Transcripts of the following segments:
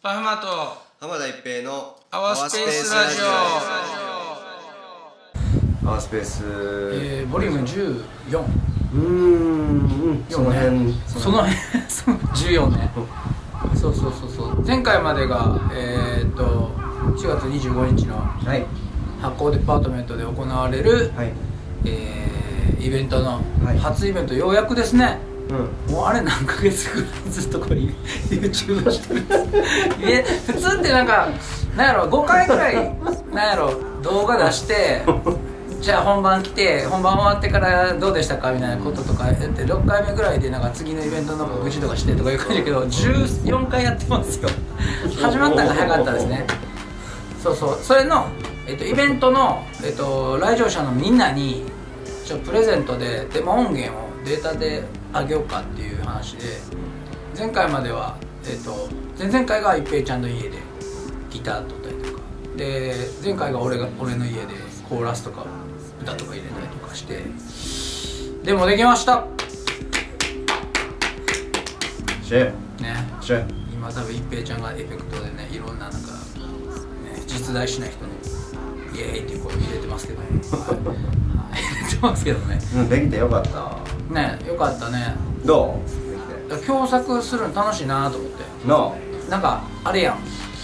パフマと浜田一平のアワスペースラジオ。アワスペース、 ボリューム14。 その辺その辺14ね。そう前回までが4月25日の発酵デパートメントで行われる、イベントの初イベント、ようやくですね。もうあれ何ヶ月ぐらいずっとこれ YouTube してるんです普通ってなんやろ5回ぐらい動画出してじゃあ本番来て本番終わってからどうでしたかみたいなこととかやって6回目ぐらいで次のイベントの告知とかしてとかいう感じだけど14回やってますよ始まったのが早かったですね。それの、イベントの、来場者のみんなにプレゼントでデモ音源をデータであげようかっていう話で、前回までは、前々回が一平ちゃんの家でギター撮ったりとかで、前回が俺の家でコーラスとか歌とか入れたりとかして、でもできました今多分一平ちゃんがエフェクトでね、いろんな実在しない人のイエーイっていう声を入れてますけどね入れてますけどね。 できてよかったね。よかったね。 どう？ 共作するの楽しいなと思ってあれやん、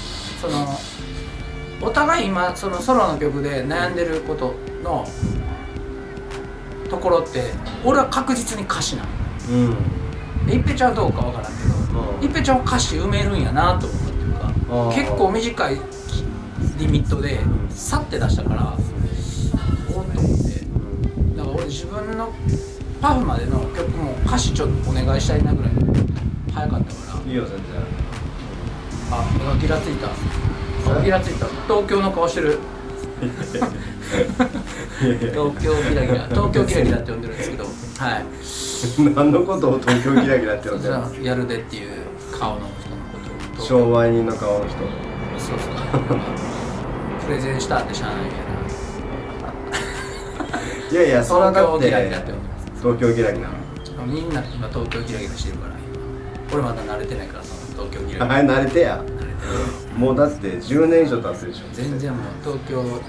お互い今ソロの曲で悩んでることのところって俺は確実に歌詞なの。一平ちゃんはどうかわからんけど、一平ちゃんは歌詞埋めるんやなと思ったっていうか、結構短いリミットでさって出したからおっと思って、だから俺自分のパフまでの曲も歌詞ちょっとお願いしたいなぐらい早かったから。 いいよ全然。 今ギラついた東京の顔してる東京ギラギラって呼んでるんですけど、 何のことを東京ギラギラって呼んでるの？ やるでっていう顔の人のことを、 商売人の顔の人。 そうプレゼンしたってしゃあないけどいやそれはだって東京ギラギラって呼んでます。 東京ギラギラみんな今東京ギラギラしてるから、俺まだ慣れてないから東京ギラギラ慣れてや。もうだって10年以上経ってるでしょ。 全然もう東京ぬる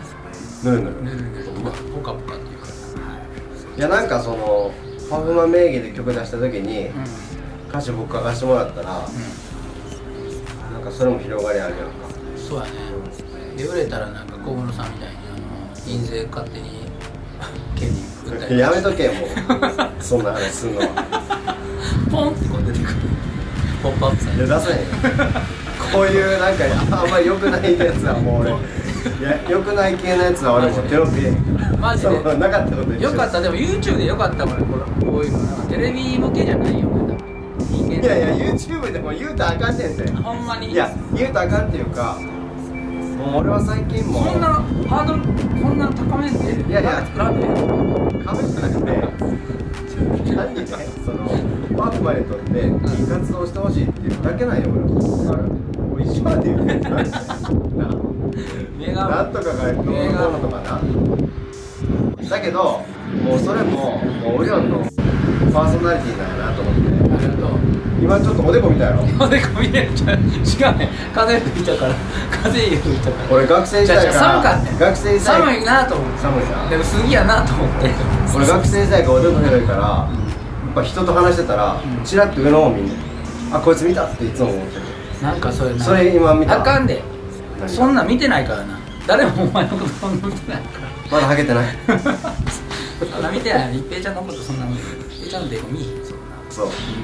ポカポカっていうか、 いやパフマ名義で曲出した時に、歌詞僕書かせてもらったら、それも広がりあるやんか。 そうやね。で売れたら小室さんみたいに印税勝手に権利売ったりやめとけもうそんな話すんのはポンってこう出てくるポップアップされて。 いや出せへんよこういうあんまり良くないやつはもう俺良くない系のやつは俺も手をつけへんマジでなかったことによかった。でも YouTube でよかったもんね、こういうのテレビ向けじゃないよね、人間。 いや YouTube でも言うたらあかんねんて。 ほんまに。 いや言うたらあかんっていうか、もう俺は最近もそんなハードルこんな高めんでいや作らんで壁じゃなくて何ねパフまで撮っていい活動してほしいっていうだけなんよ俺は。一緒まで言うてんなんとかがどうのとかな。だけどもうそれもオリオンのパーソナリティなんやなと思って。 ありがとう。 今ちょっとおでこ見たやろ。 おでこ見てるじゃん。違うね。風吹いたから俺学生時代から寒かった。 学生時代寒いなと思って。 寒いな。 でも薄着やなと思って俺学生時代からおでこ広いから、やっぱ人と話してたらチラッと上の方見んねん。こいつ見たっていつも思ってる。それ今見た。 あかんで。そんなん見てないからな。誰もお前のことそんな見てないから。 まだハゲてないそんな見てない。一平ちゃんのことそんな見てない。一平ちゃんのデコ見そう。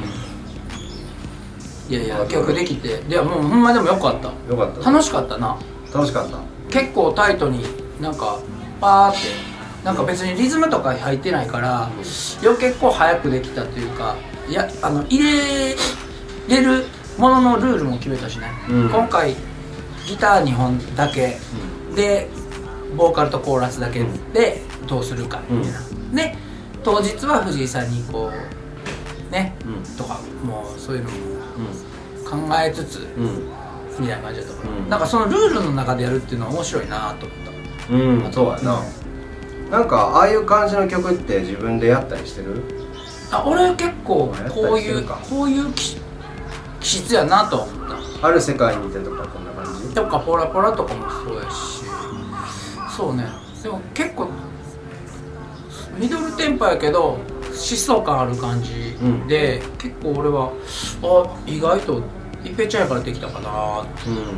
いや曲できて、いやもうほんまでもよかった。楽しかったな。 楽しかった。 結構タイトにパーって別にリズムとか入ってないから結構早くできたというか、入れれるもののルールも決めたしね、今回ギター2本だけでボーカルとコーラスだけでどうするかみたいな、で当日は藤井さんにとかもうそういうのも考えつつみたいな感じだったから、そのルールの中でやるっていうのは面白いなと思った。 そうやな。ああいう感じの曲って自分でやったりしてる？ 俺結構こういう気質やなと思った。 ある世界にいてとかこんな感じとかポラポラとかもそうやし、そうね。でも結構ミドルテンポやけど疾走感ある感じで、結構俺は意外と一平ちゃんやからできたかなって思った。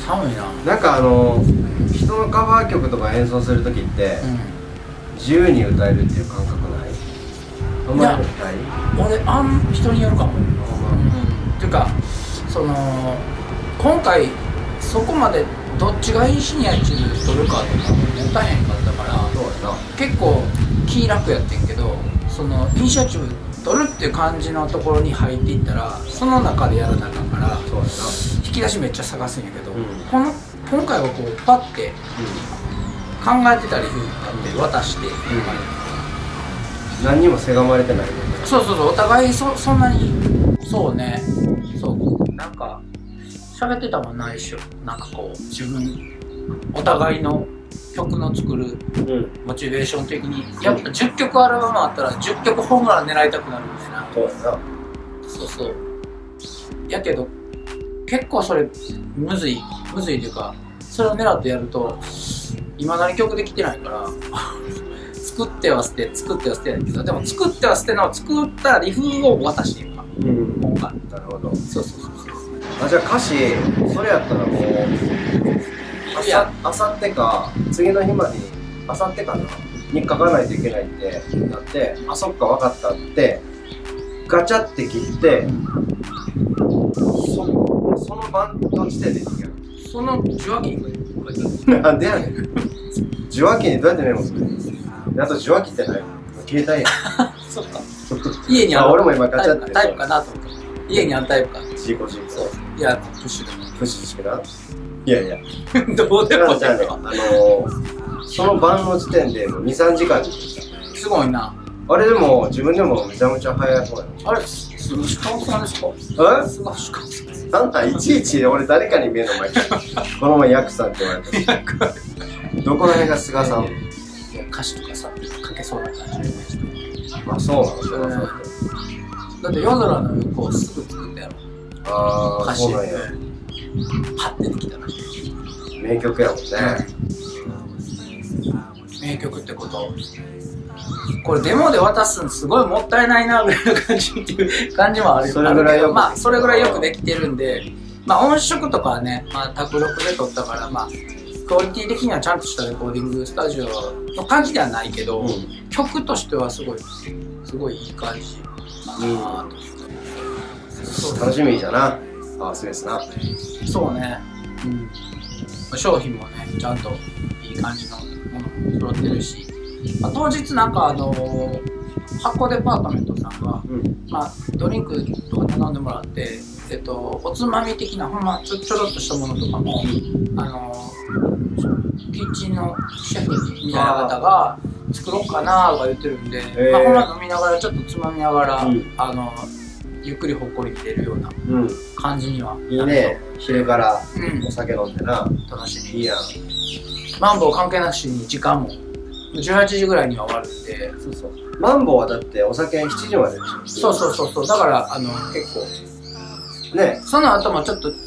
寒いな。 なんか人のカバー曲とか演奏する時って、自由に歌えるっていう感覚ない？あんまりない？ 俺人によるかも。っていうか今回そこまでどっちがいいシニアチュー取るかとか持たへんかったから、結構気楽やってんけど、イニシアチブ取るっていう感じのところに入っていったら、その中でやらなあかんから、引き出しめっちゃ探すんやけど、今回はこうパッて考えてたりって渡して、 何にもせがまれてない。 そうお互いそんなに、そうね、なんか喋ってたもんないっしょ。なんかこう自分お互いの曲の作るモチベーション的に、やっぱ10曲アルバムあったら10曲ホームラン狙いたくなるみたいな。そうやけど結構それむずいというか、それを狙ってやると今だに曲できてないから作っては捨てやけど、でも作っては捨ての作ったリフを渡してるか、今回。 なるほど。 そうじゃあ歌詞それやったらもうあさってか次の日までにあさってかなに書かないといけないってなって、そっか分かったってガチャって切って、その晩の時点でいける。 その受話器に書いてある。 なんでやねん。受話器にどうやってメモする？あと受話器ってない？携帯や。 そっか。家にある。 俺も今ガチャってタイプかなと思って。家にあるタイプか。 ジーコ。そう。 いや、プッシュしかな。いやどうでもいい。 その晩の時点でもう 2,3 時間ですごいな。 あれでも自分でもめちゃめちゃ早い方や。 あれ、すぐしかもさんですか？すぐしかもさん。 なんかいちいち俺誰かに見えるの前この前ヤクさんって言われた。どこら辺が菅さん？ 歌詞とかさ、書けそうな感じ。 そうなんですよ。 だって夜空の横をすぐ作ったやろ。歌詞そうなんや。 パッてできたら名曲やもんね。 名曲ってこと。これデモで渡すのすごいもったいないなぐらいの感じっていう感じもあるよ。それぐらいよくできてるんで、音色とかはね、卓録で撮ったから、クオリティ的にはちゃんとしたレコーディングスタジオの感じではないけど、曲としてはすごいいい感じかなと。 楽しみじゃな。そうですな。 そうね。商品もね、ちゃんといい感じのものも揃ってるし、当日なんか発酵デパートメントさんが、ドリンクとか頼んでもらって、おつまみ的なほんまちょろっとしたものとかも、キッチンのシェフみたいな方が作ろうかなとか言ってるんで、ほんま飲みながらちょっとつまみながら、ゆっくりほっこり入れるような感じには。 いいね。昼からお酒飲んでな。 楽しみ。 いいやん。 マンボウ関係なしに時間も18時ぐらいには終わるんで。 マンボウはだってお酒7時まででしょ。そう。だから結構ね、その後もちょっと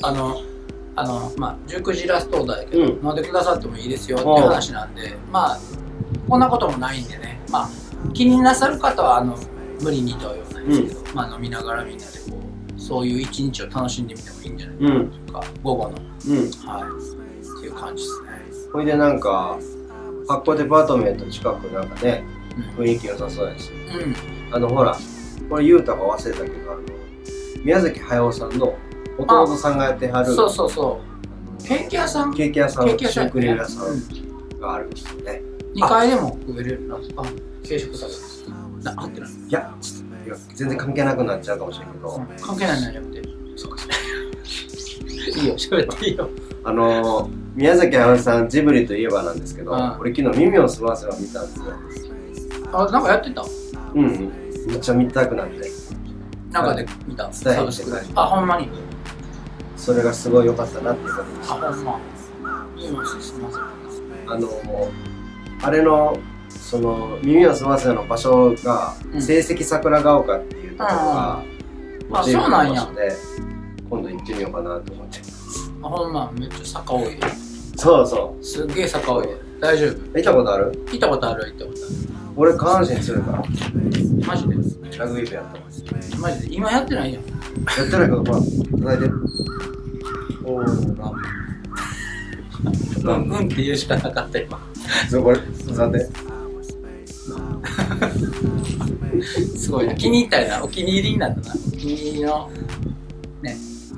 19時ラストオーダーやけど、飲んでくださってもいいですよっていう話なんで、こんなこともないんでね、気になさる方は無理にとは言わないですけど、飲みながらみんなでこうそういう一日を楽しんでみてもいいんじゃないかなというか、午後の、っていう感じですね。 ほいでなんか発酵デパートメント近くなんかね、雰囲気良さそうやし、ほらこれ言うたか忘れたけど宮崎駿さんの弟さんがやってはる、ケーキ屋さん、シュークリーム屋さんがあるんですよね。 2階でも食べれるな。軽食食べます。合ってない？ いや、全然関係なくなっちゃうかもしれんけど。 関係ないんじゃなくて。そうか。いいよ、喋っていいよ。 宮崎駿さん、ジブリといえばなんですけど、俺昨日耳をすませば見たんですよ。 なんかやってた？ めっちゃ見たくなって。 中で見た？ 伝えてくれ。 ほんまに。 それがすごい良かったなっていうことでした。 ほんま。耳をすませば。 あれの耳をすませの場所が、成績桜ヶ丘っていうところが、 あ、そうなんや。 今度行ってみようかなと思って。 あ、ほんま、めっちゃ坂多い。 そうそう。 すっげえ坂多い。大丈夫？ 行ったことある？ 行ったことある。 俺、下半身するから。 マジで？ ラグビー部やった。 マジで？今やってないやん。 やってないけど、ほら、叩いて。おー、 うんって言うしかなかった今。 そう、これ、なんで？ すごいな。気に入ったよな。お気に入りになったな。お気に入りの。ね。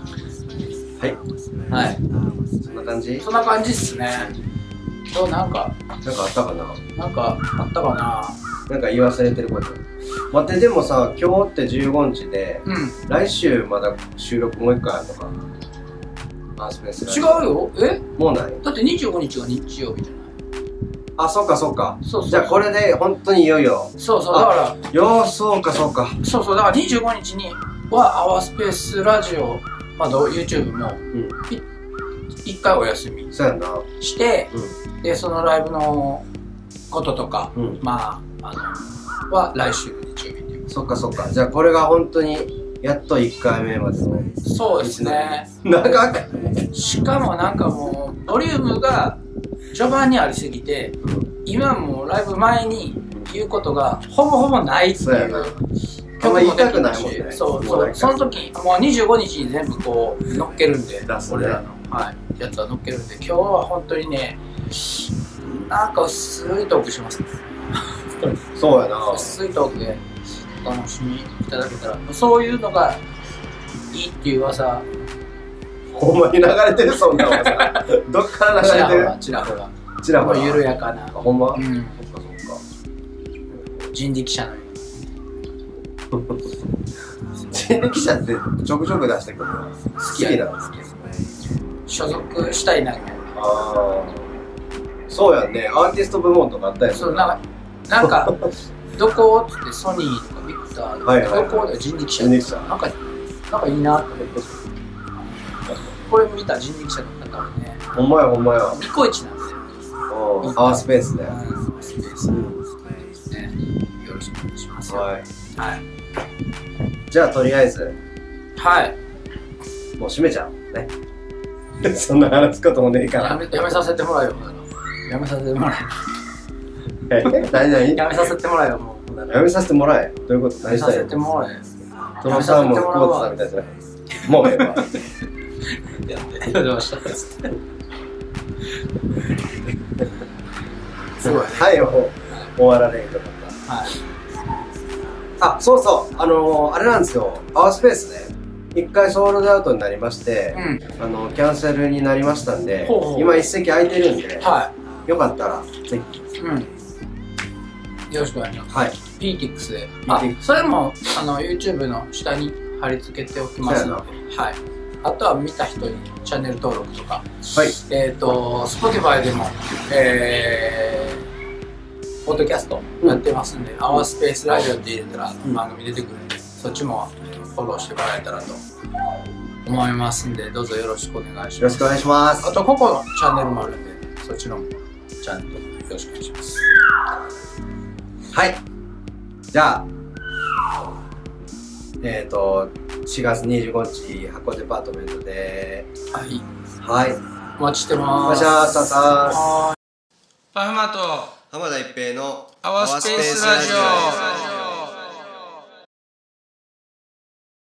はい。 そんな感じ？ そんな感じっすね。どうなんかあったかな？ なんかあったかな？ なんか言い忘れてること。待って、でもさ、今日って15日で、来週まだ収録もう一回あるのか。アースペース違うよ。 もうない？ だって25日が日曜日じゃない？ あ、そっかそっか。 そう。 じゃあこれで本当にいよいよ。 そう、だから。 そうか。そう、 だから25日にはアワースペースラジオ、YouTube も、一回お休みして、で、そのライブのこととか、は来週日曜日っていう。 そっか。じゃあこれが本当にやっと1回目までの。 そうですね。 長く。 しかもなんかもう、ボリュームが序盤にありすぎて、今もライブ前に言うことがほぼないっていう。 あんま言いたくないもんね。 そう。その時、もう25日に全部こう乗っけるんで、俺らの、やつは乗っけるんで、今日は本当にね、なんか薄いトークしますね。 そうやな。 薄いトークでお楽しみいただけたら、そういうのがいいっていう噂。 ほんまに流れてる、そんな噂。どっから流れてる？ ちらほら。緩やかな。 ほんま？そっか。 人力車のような。人力車ってちょくちょく出してくるの好きなんですけど。 所属したいな。 そうやんね。アーティスト部門とかあったやん。 そう、なんかどこって言ってソニーとかビクターとか、どこで人力車。なんかいいなって思って。これ見た人力車だったからね。 ほんまや。 ニコイチなんで。 アワースペースで。 ね。よろしくお願いします。 はい。じゃあとりあえず。もう閉めちゃうね。そんな話すこともねえから。 やめさせてもらえよ。やめさせてもらえ。何？ やめさせてもらえよ、もう。 やめさせてもらえ。どういうこと？ やめさせてもらえ。 トロサーモン福本さんみたいじゃない。もうええわ。 やってました。すごい。 終わられんとか。あ、そうそう。あれなんですよ。アワースペースね。一回ソールドアウトになりまして、キャンセルになりましたんで、今一席空いてるんで、よかったらぜひ。 よろしくお願いします。PTX で。それもYouTube の下に貼り付けておきますので、あとは見た人にチャンネル登録とか、Spotify でも、ポッドキャストやってますんで、アワースペースラジオって入れたら番組出てくるんで、そっちもフォローしてもらえたらと思いますんで、どうぞよろしくお願いします。 よろしくお願いします。 あとここのチャンネルもあるんで、そっちのもチャンネルよろしくお願いします。 じゃあ4月25日箱デパートメントでお待ちしてます。 パフマと浜田一平のアワースペースラジオ。